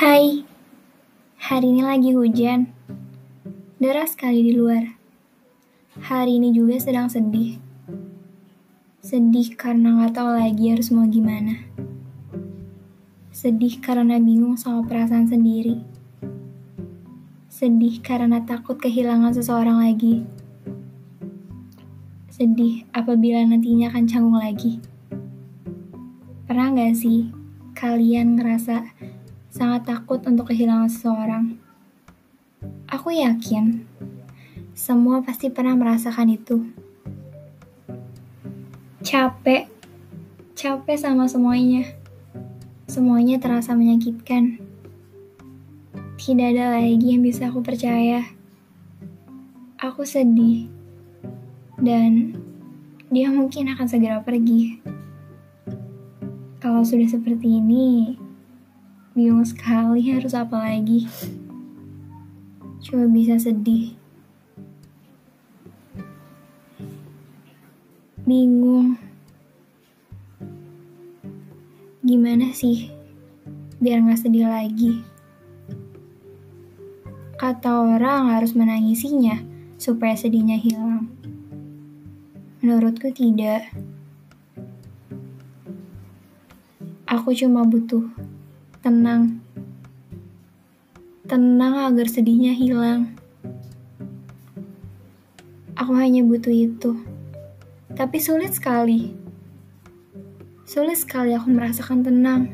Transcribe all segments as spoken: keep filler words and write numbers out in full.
Hai, hari ini lagi hujan. Deras sekali di luar. Hari ini juga sedang sedih. Sedih karena gak tahu lagi harus mau gimana. Sedih karena bingung sama perasaan sendiri. Sedih karena takut kehilangan seseorang lagi. Sedih apabila nantinya akan canggung lagi. Pernah gak sih kalian ngerasa sangat takut untuk kehilangan seseorang? Aku yakin semua pasti pernah merasakan itu. Capek, capek sama semuanya. Semuanya terasa menyakitkan. Tidak ada lagi yang bisa aku percaya. Aku sedih. Dan dia mungkin akan segera pergi. Kalau sudah seperti ini, bingung sekali harus apa lagi. Cuma bisa sedih. Bingung. Gimana sih biar gak sedih lagi? Kata orang harus menangisinya supaya sedihnya hilang. Menurutku tidak. Aku cuma butuh tenang. Tenang agar sedihnya hilang. Aku hanya butuh itu. Tapi sulit sekali. Sulit sekali aku merasakan tenang.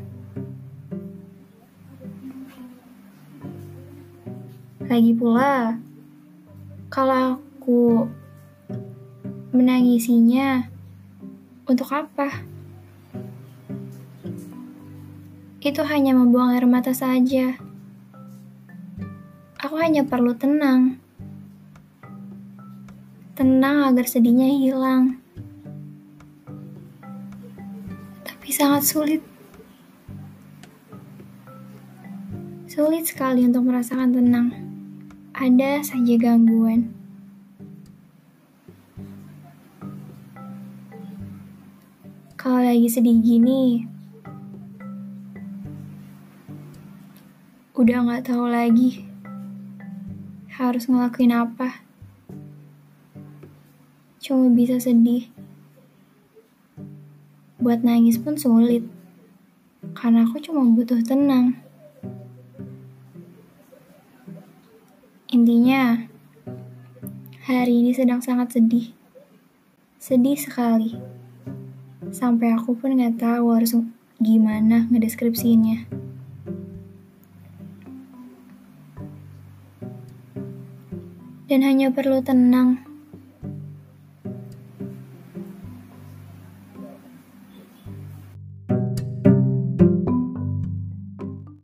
Lagi pula, kalau aku menangisinya, untuk apa? Itu hanya membuang air mata saja. Aku hanya perlu tenang. Tenang agar sedihnya hilang. Tapi sangat sulit. Sulit sekali untuk merasakan tenang. Ada saja gangguan. Kalau lagi sedih gini, udah gak tahu lagi harus ngelakuin apa. Cuma bisa sedih. Buat nangis pun sulit, karena aku cuma butuh tenang. Intinya, hari ini sedang sangat sedih. Sedih sekali. Sampai aku pun gak tahu harus gimana ngedeskripsiinnya. Dan hanya perlu tenang.